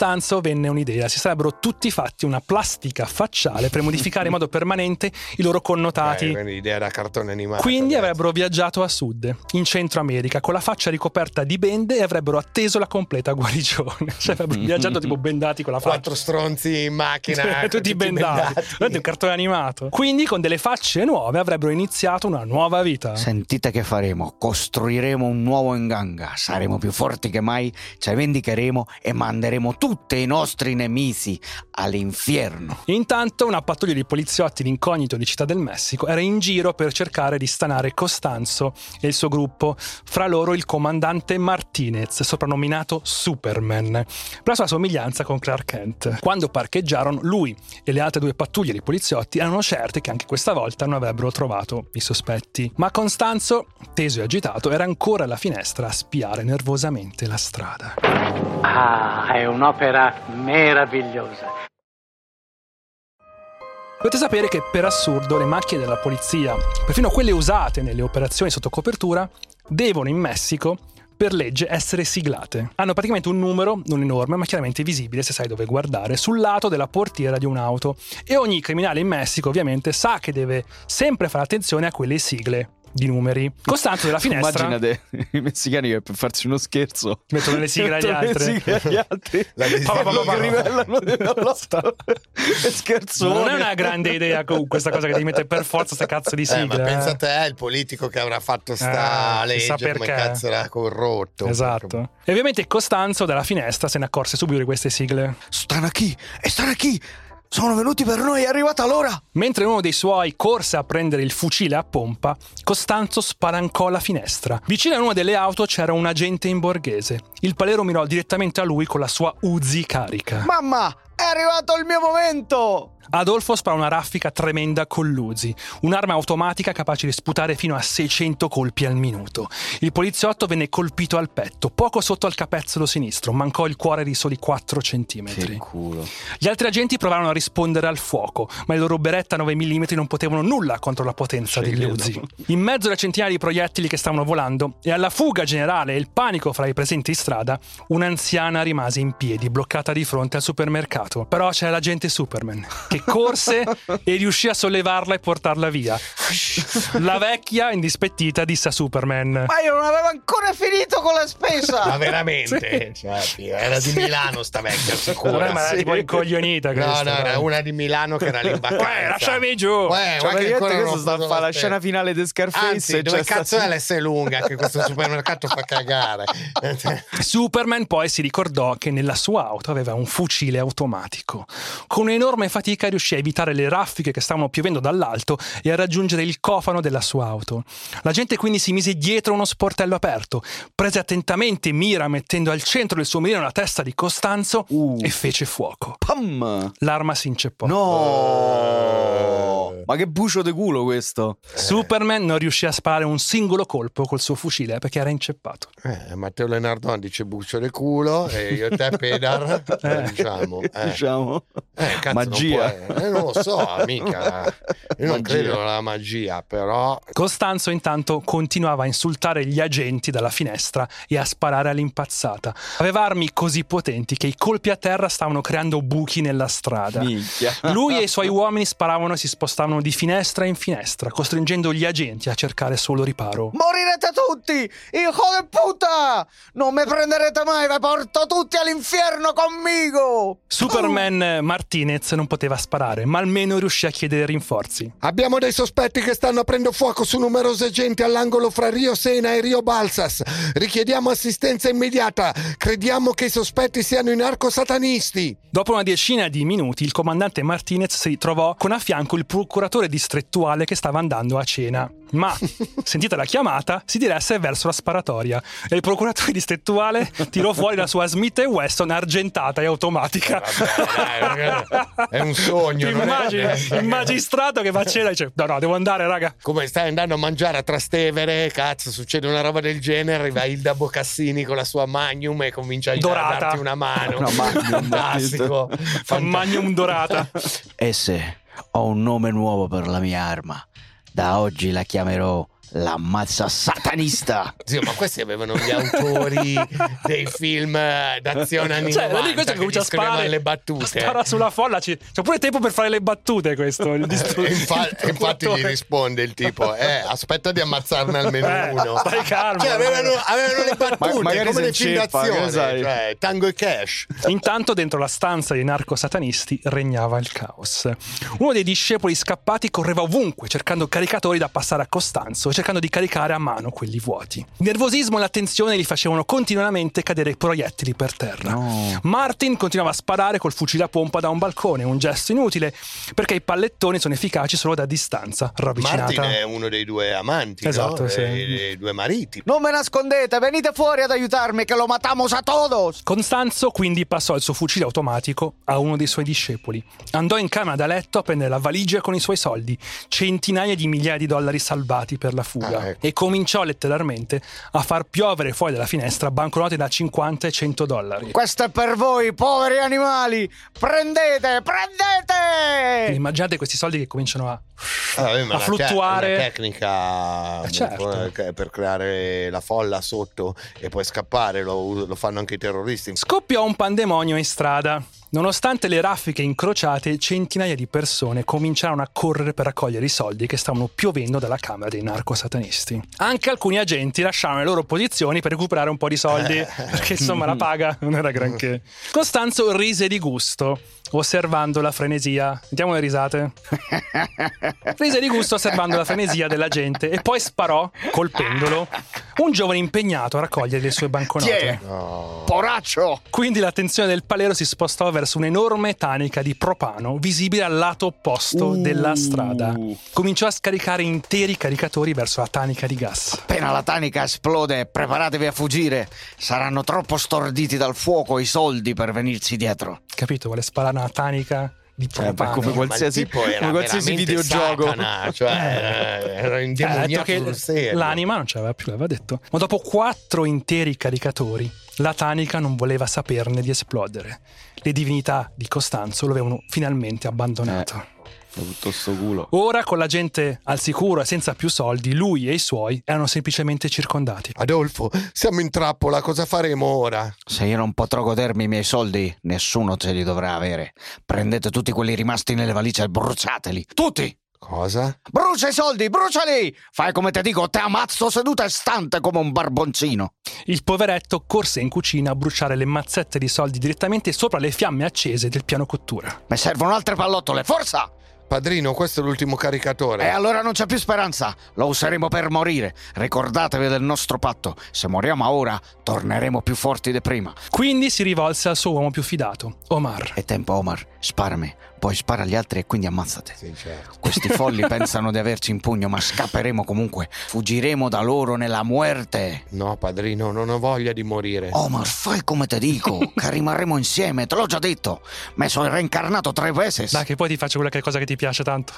S5: Costanzo venne un'idea: si sarebbero tutti fatti una plastica facciale per modificare in modo permanente i loro connotati.
S3: Un'idea da cartone animato.
S5: Quindi avrebbero viaggiato a sud, in Centro America, con la faccia ricoperta di bende e avrebbero atteso la completa guarigione. Cioè avrebbero viaggiato tipo bendati con la faccia.
S3: 4 stronzi in macchina.
S5: Tutti bendati. Guardate, un cartone animato. Quindi con delle facce nuove avrebbero iniziato una nuova vita.
S2: Sentite che faremo: costruiremo un nuovo Nganga, saremo più forti che mai, ci vendicheremo e manderemo tutti i nostri nemici all'inferno.
S5: Intanto una pattuglia di poliziotti di incognito di Città del Messico era in giro per cercare di stanare Costanzo e il suo gruppo, fra loro il comandante Martinez, soprannominato Superman, per la sua somiglianza con Clark Kent. Quando parcheggiarono, lui e le altre 2 pattuglie di poliziotti erano certi che anche questa volta non avrebbero trovato i sospetti. Ma Costanzo, teso e agitato, era ancora alla finestra a spiare nervosamente la strada.
S6: È un'opera meravigliosa.
S5: Dovete sapere che per assurdo le macchine della polizia, perfino quelle usate nelle operazioni sotto copertura, devono in Messico per legge essere siglate. Hanno praticamente un numero, non enorme, ma chiaramente visibile se sai dove guardare, sul lato della portiera di un'auto. E ogni criminale in Messico ovviamente sa che deve sempre fare attenzione a quelle sigle di numeri. Costanzo della finestra.
S2: Immaginate i messicani che per farsi uno scherzo
S5: mettono le sigle agli altri.
S3: Che
S2: rivellano dell'otto. E scherzone.
S5: Non è una grande idea comunque questa cosa che devi mettere per forza queste cazzo di sigle.
S3: Ma pensa te, il politico che avrà fatto sta legge, come cazzo era corrotto.
S5: Esatto. E ovviamente Costanzo dalla finestra se ne accorse subito di queste sigle.
S2: Stanno qui! Sono venuti per noi, è arrivata l'ora!
S5: Mentre uno dei suoi corse a prendere il fucile a pompa, Costanzo spalancò la finestra. Vicino a una delle auto c'era un agente in borghese. Il palero mirò direttamente a lui con la sua Uzi carica.
S2: Mamma, è arrivato il mio momento!
S5: Adolfo spara una raffica tremenda con l'Uzi, un'arma automatica capace di sputare fino a 600 colpi al minuto. Il poliziotto venne colpito al petto, poco sotto al capezzolo sinistro, mancò il cuore di soli 4 centimetri.
S2: Che culo.
S5: Gli altri agenti provarono a rispondere al fuoco, ma i loro Beretta 9 mm non potevano nulla contro la potenza degli Uzi. In mezzo alle centinaia di proiettili che stavano volando e alla fuga generale e il panico fra i presenti in strada, un'anziana rimase in piedi, bloccata di fronte al supermercato. Però c'era l'agente Superman, che corse e riuscì a sollevarla e portarla via. La vecchia, indispettita, disse a Superman:
S2: ma io non avevo ancora finito con la spesa!
S3: Ma veramente?
S5: Sì.
S3: Cioè, era di Milano sta vecchia, sicuro.
S5: Ma era tipo incoglionita questa.
S3: No, era una di Milano che era lì in vacanza.
S5: Lasciami giù!
S2: Questo sta a fare la scena finale di Scarface.
S3: Anzi, dove cazzo è l'S lunga che questo supermercato fa cagare?
S5: Superman poi si ricordò che nella sua auto aveva un fucile automatico. Con enorme fatica riuscì a evitare le raffiche che stavano piovendo dall'alto e a raggiungere il cofano della sua auto. L'agente quindi si mise dietro uno sportello aperto, prese attentamente mira mettendo al centro del suo mirino la testa di Costanzo e fece fuoco.
S2: Pam!
S5: L'arma si inceppò.
S2: No! Ma che bucio di culo questo!
S5: Superman non riuscì a sparare un singolo colpo col suo fucile perché era inceppato.
S3: Matteo Lenardon dice buccio del culo e io te Pedar diciamo. Cazzo,
S2: magia.
S3: Non lo so, mica. Io non credo alla magia, però.
S5: Costanzo intanto continuava a insultare gli agenti dalla finestra e a sparare all'impazzata. Aveva armi così potenti che i colpi a terra stavano creando buchi nella strada.
S2: Minchia.
S5: Lui e i suoi uomini sparavano e si spostavano di finestra in finestra, costringendo gli agenti a cercare solo riparo.
S2: Morirete tutti, hijo de puta! Non mi prenderete mai, vi porto tutti all'inferno conmigo!
S5: Superman Martinez non poteva sparare, ma almeno riuscì a chiedere rinforzi.
S3: Abbiamo dei sospetti che stanno aprendo fuoco su numerosi agenti all'angolo fra Rio Sena e Rio Balsas. Richiediamo assistenza immediata. Crediamo che i sospetti siano i narcosatanisti.
S5: Dopo una decina di minuti il comandante Martinez si trovò con a fianco il procuratore distrettuale che stava andando a cena. Ma, sentita la chiamata, si diresse verso la sparatoria e il procuratore distrettuale tirò fuori la sua Smith & Wesson argentata e automatica.
S3: Vabbè, dai, è un sogno.
S5: Il magistrato che va a cena e dice: no, devo andare, raga.
S3: Come stai andando a mangiare a Trastevere, cazzo, succede una roba del genere, arriva Hilda Bocassini con la sua Magnum e comincia a darti una mano.
S2: Una Magnum,
S3: fantastico.
S5: Fa Magnum dorata.
S2: Ho un nome nuovo per la mia arma. Da oggi la chiamerò l'ammazza satanista.
S3: Zio, ma questi avevano gli autori dei film d'azione anni 90
S5: questo
S3: che
S5: comincia a sparare
S3: le battute.
S5: Spara sulla folla, c'è pure tempo per fare le battute questo.
S3: Infatti gli risponde il tipo, aspetta di ammazzarne almeno uno.
S5: Stai calmo.
S3: Cioè, avevano le battute
S2: magari
S3: come le
S2: si
S3: film
S2: inceppa,
S3: d'azione,
S2: che sai.
S3: cioè Tango e Cash.
S5: Intanto dentro la stanza dei narcosatanisti regnava il caos. Uno dei discepoli scappati correva ovunque cercando caricatori da passare a Costanzo e cercando di caricare a mano quelli vuoti. Il nervosismo e la tensione gli facevano continuamente cadere proiettili per terra.
S2: No.
S5: Martin continuava a sparare col fucile a pompa da un balcone, un gesto inutile perché i pallettoni sono efficaci solo da distanza ravvicinata.
S3: Martin è uno dei due amanti,
S5: Esatto,
S3: no?
S5: sì.
S3: Dei due mariti.
S2: Non me nascondete, venite fuori ad aiutarmi che lo matamos a todos.
S5: Costanzo quindi passò il suo fucile automatico a uno dei suoi discepoli. Andò in camera da letto a prendere la valigia con i suoi soldi, centinaia di migliaia di dollari salvati per la fuga,
S3: ecco.
S5: e cominciò letteralmente a far piovere fuori dalla finestra banconote da 50 e 100 dollari.
S2: Questo è per voi, poveri animali. Prendete.
S5: Quindi immaginate questi soldi che cominciano a fluttuare.
S3: Una tecnica
S5: certo.
S3: per creare la folla sotto e poi scappare, lo fanno anche i terroristi.
S5: Scoppiò un pandemonio in strada. Nonostante le raffiche incrociate, centinaia di persone cominciarono a correre per raccogliere i soldi che stavano piovendo dalla camera dei narcosatanisti. Anche alcuni agenti lasciarono le loro posizioni per recuperare un po' di soldi, perché insomma la paga non era granché. Costanzo rise di gusto osservando la frenesia. Sentiamo le risate. Rise di gusto osservando la frenesia della gente e poi sparò, colpendolo, un giovane impegnato a raccogliere le sue banconote.
S2: Poraccio.
S5: Quindi l'attenzione del palero si spostò verso un'enorme tanica di propano visibile al lato opposto della strada. Cominciò a scaricare interi caricatori verso la tanica di gas.
S2: Appena la tanica esplode, preparatevi a fuggire. Saranno troppo storditi dal fuoco i soldi per venirsi dietro.
S5: Capito? Vuole sparare una tanica di propano.
S2: come qualsiasi videogiogo.
S3: Satana, cioè era indemoniato
S5: che
S3: sul serio.
S5: l'anima non ce l'aveva più, l'aveva detto. Ma dopo 4 interi caricatori, la tanica non voleva saperne di esplodere. Le divinità di Costanzo lo avevano finalmente abbandonato.
S2: Tutto sto culo.
S5: Ora, con la gente al sicuro e senza più soldi, lui e i suoi erano semplicemente circondati.
S3: Adolfo, siamo in trappola, cosa faremo ora?
S2: Se io non potrò godermi i miei soldi, nessuno ce li dovrà avere. Prendete tutti quelli rimasti nelle valigie e bruciateli. Tutti!
S3: Cosa?
S2: Brucia i soldi, bruciali! Fai come te dico, te ammazzo seduta e stante come un barboncino.
S5: Il poveretto corse in cucina a bruciare le mazzette di soldi direttamente sopra le fiamme accese del piano cottura.
S2: Mi servono altre pallottole, forza!
S3: Padrino, questo è l'ultimo caricatore.
S2: E allora non c'è più speranza, lo useremo per morire. Ricordatevi del nostro patto, se moriamo ora torneremo più forti di prima.
S5: Quindi si rivolse al suo uomo più fidato, Omar.
S2: È tempo, Omar, sparami, poi spara agli altri e quindi ammazzate.
S3: Sì, certo.
S2: Questi folli pensano di averci in pugno, ma scapperemo comunque. Fuggiremo da loro nella muerte.
S3: No, padrino, non ho voglia di morire.
S2: Omar, fai come te dico, che rimarremo insieme, te l'ho già detto. Me sono reincarnato 3 veces.
S5: Dai, che poi ti faccio quella cosa che ti piace tanto.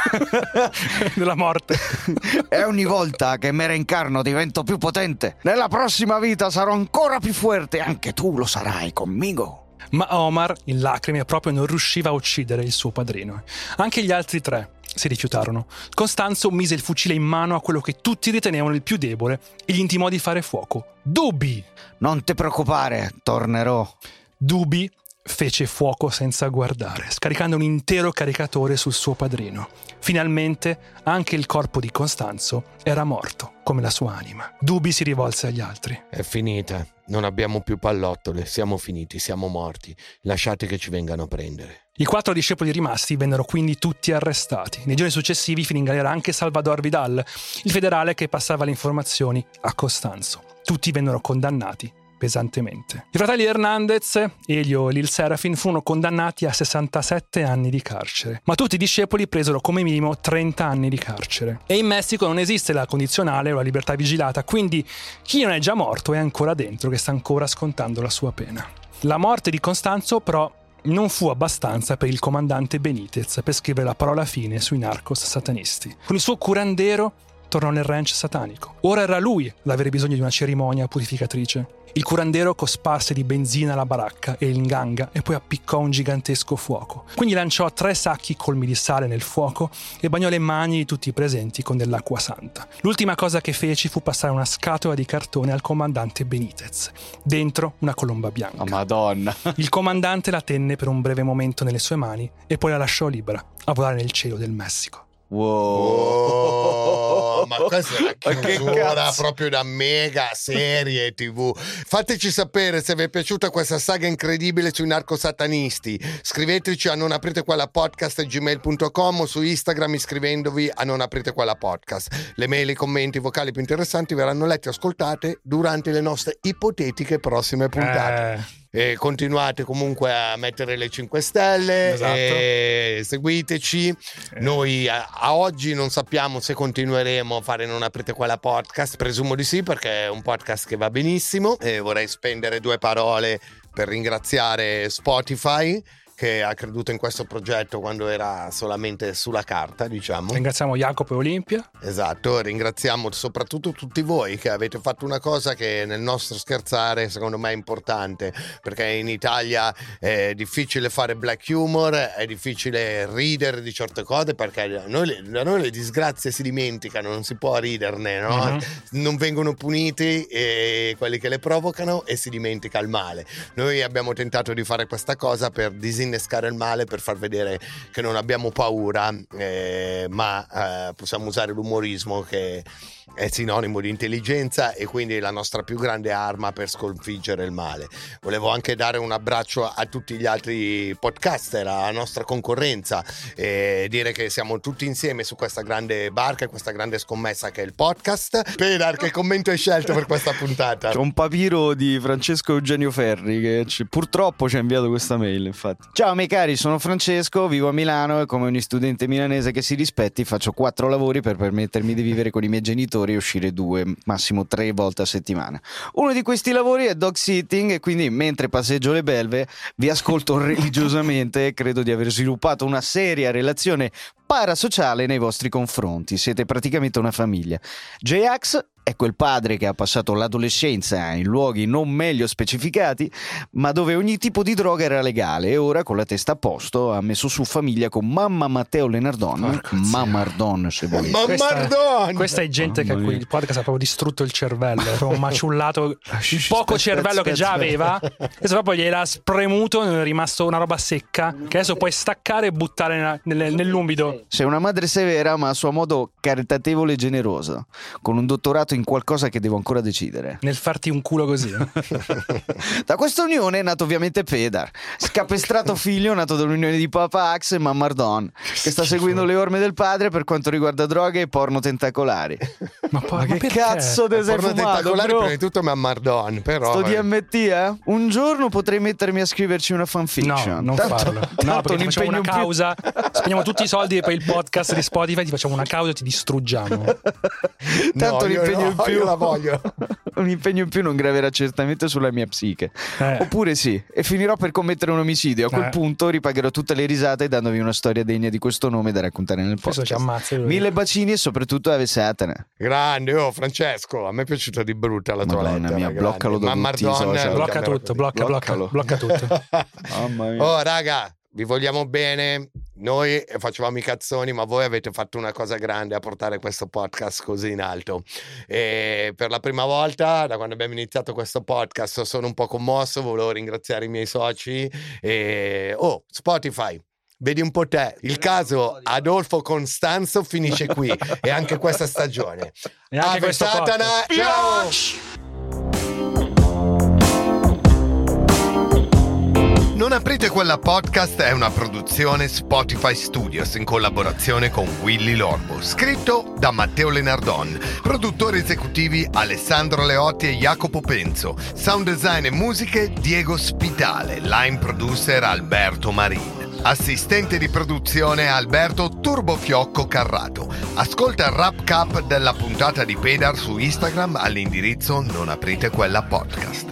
S5: Della morte.
S2: E ogni volta che mi reincarno divento più potente. Nella prossima vita sarò ancora più forte, anche tu lo sarai conmigo.
S5: Ma Omar, in lacrime, proprio non riusciva a uccidere il suo padrino. Anche gli altri 3 si rifiutarono. Costanzo mise il fucile in mano a quello che tutti ritenevano il più debole e gli intimò di fare fuoco. Dubi!
S2: Non ti preoccupare, tornerò.
S5: Dubi fece fuoco senza guardare, scaricando un intero caricatore sul suo padrino. Finalmente anche il corpo di Costanzo era morto, come la sua anima. Dubi si rivolse agli altri.
S3: È finita, non abbiamo più pallottole, siamo finiti, siamo morti. Lasciate che ci vengano a prendere.
S5: I 4 discepoli rimasti vennero quindi tutti arrestati. Nei giorni successivi finì in galera anche Salvador Vidal, il federale che passava le informazioni a Costanzo. Tutti vennero condannati pesantemente. I fratelli Hernandez, Elio e Lil Serafin, furono condannati a 67 anni di carcere, ma tutti i discepoli presero come minimo 30 anni di carcere. E in Messico non esiste la condizionale o la libertà vigilata, quindi chi non è già morto è ancora dentro, che sta ancora scontando la sua pena. La morte di Costanzo, però, non fu abbastanza per il comandante Benitez per scrivere la parola fine sui narcos satanisti. Con il suo curandero tornò nel ranch satanico. Ora era lui l'avere bisogno di una cerimonia purificatrice. Il curandero cosparse di benzina la baracca e l'inganga e poi appiccò un gigantesco fuoco. Quindi lanciò 3 sacchi colmi di sale nel fuoco e bagnò le mani di tutti i presenti con dell'acqua santa. L'ultima cosa che feci fu passare una scatola di cartone al comandante Benitez, dentro una colomba bianca.
S2: Oh, Madonna!
S5: Il comandante la tenne per un breve momento nelle sue mani e poi la lasciò libera a volare nel cielo del Messico.
S3: Wow, ma questa è la
S2: Ma che
S3: chiusura
S2: cazzo?
S3: proprio da mega serie TV. Fateci sapere se vi è piaciuta questa saga incredibile sui narcosatanisti. Scriveteci a nonapritekuellapodcast@gmail.com o su Instagram iscrivendovi a Non Aprite Quella Podcast. Le mail e i commenti vocali più interessanti verranno letti e ascoltate durante le nostre ipotetiche prossime puntate. E continuate comunque a mettere le 5 stelle,
S5: Esatto.
S3: e seguiteci. Noi a oggi non sappiamo se continueremo a fare Non Aprite Quella Podcast, presumo di sì, perché è un podcast che va benissimo, e vorrei spendere 2 parole per ringraziare Spotify, che ha creduto in questo progetto quando era solamente sulla carta, diciamo.
S5: Ringraziamo Jacopo e Olimpia.
S3: Esatto, ringraziamo soprattutto tutti voi che avete fatto una cosa che nel nostro scherzare secondo me è importante, perché in Italia è difficile fare black humor, è difficile ridere di certe cose, perché da noi le disgrazie si dimenticano, non si può riderne, no?
S5: Mhm.
S3: Non vengono puniti quelli che le provocano e si dimentica il male. Noi abbiamo tentato di fare questa cosa per disinnescare il male, per far vedere che non abbiamo paura, ma possiamo usare l'umorismo, che è sinonimo di intelligenza e quindi la nostra più grande arma per sconfiggere il male. Volevo anche dare un abbraccio a tutti gli altri podcaster, alla nostra concorrenza, e dire che siamo tutti insieme su questa grande barca e questa grande scommessa che è il podcast. Pedar, che commento hai scelto per questa puntata?
S2: C'è un papiro di Francesco Eugenio Ferri che purtroppo ci ha inviato questa mail, infatti. Ciao miei cari, sono Francesco, vivo a Milano e come ogni studente milanese che si rispetti faccio 4 lavori per permettermi di vivere con i miei genitori e uscire 2, massimo 3 volte a settimana. Uno di questi lavori è dog sitting e quindi mentre passeggio le belve vi ascolto religiosamente e credo di aver sviluppato una seria relazione parasociale nei vostri confronti. Siete praticamente una famiglia. J-Ax è quel padre che ha passato l'adolescenza in luoghi non meglio specificati, ma dove ogni tipo di droga era legale, e ora con la testa a posto ha messo su famiglia con mamma Matteo Lenardon, Mammardon se volete.
S3: Mammardon!
S5: Questa è gente che a
S2: Mamma
S5: cui
S2: mia.
S5: il podcast ha proprio distrutto il cervello, ha proprio maciullato il poco cervello che già aveva, adesso proprio gliel'ha spremuto, è rimasto una roba secca che adesso puoi staccare e buttare nell'umido.
S2: Sei una madre severa ma a suo modo caritatevole e generosa, con un dottorato in qualcosa che devo ancora decidere.
S5: Nel farti un culo così.
S2: Da questa unione è nato ovviamente Pedar, scapestrato figlio nato dall'unione di Papa Axe e Mammardon, che sta seguendo le orme del padre per quanto riguarda droghe e porno tentacolari.
S5: Ma
S2: che
S5: perché?
S2: cazzo te sei
S3: Porno
S2: fumato,
S3: tentacolare,
S2: bro?
S3: prima di tutto Mammardon, però
S2: Sto
S3: vabbè.
S2: DMT, eh? Un giorno potrei mettermi a scriverci una fanfiction.
S5: No, non farlo. No,
S2: tanto
S5: perché ti facciamo una
S2: un impegno in più.
S5: causa, spegniamo tutti i soldi per il podcast di Spotify, ti facciamo una causa e ti distruggiamo.
S2: Tanto
S3: No, io
S2: l'impegno
S3: no,
S2: in più
S3: io la voglio.
S2: un impegno in più non graverà certamente sulla mia psiche. Oppure sì, e finirò per commettere un omicidio. A quel punto ripagherò tutte le risate dandovi una storia degna di questo nome da raccontare nel
S5: Questo
S2: podcast.
S5: ci ammazza lui.
S2: 1000 bacini e soprattutto Ave Satana.
S3: Grande, Francesco, a me è piaciuta di brutta la tua
S2: Madonna
S3: lettera.
S2: mia,
S3: grande.
S2: bloccalo da tutti i
S3: Mammardon,
S2: social.
S3: lo
S5: Blocca
S3: chiamerò
S5: tutto,
S3: così.
S2: Bloccalo.
S5: blocca tutto.
S2: Mamma mia.
S3: Oh raga, vi vogliamo bene, noi facevamo i cazzoni, ma voi avete fatto una cosa grande a portare questo podcast così in alto, e per la prima volta da quando abbiamo iniziato questo podcast sono un po' commosso, volevo ringraziare i miei soci e Spotify. Vedi un po' te, il caso Adolfo Constanzo finisce qui e anche questa stagione.
S5: E anche
S3: Ave
S5: questo
S3: Satana, ciao! Non aprite quella podcast è una produzione Spotify Studios in collaborazione con Willy Lorbo, scritto da Matteo Lenardon, produttori esecutivi Alessandro Leotti e Jacopo Penzo, sound design e musiche Diego Spitale, line producer Alberto Marin. Assistente di produzione Alberto Turbofiocco Carrato. Ascolta il wrap up della puntata di Pedar su Instagram all'indirizzo Non Aprite Quella Podcast.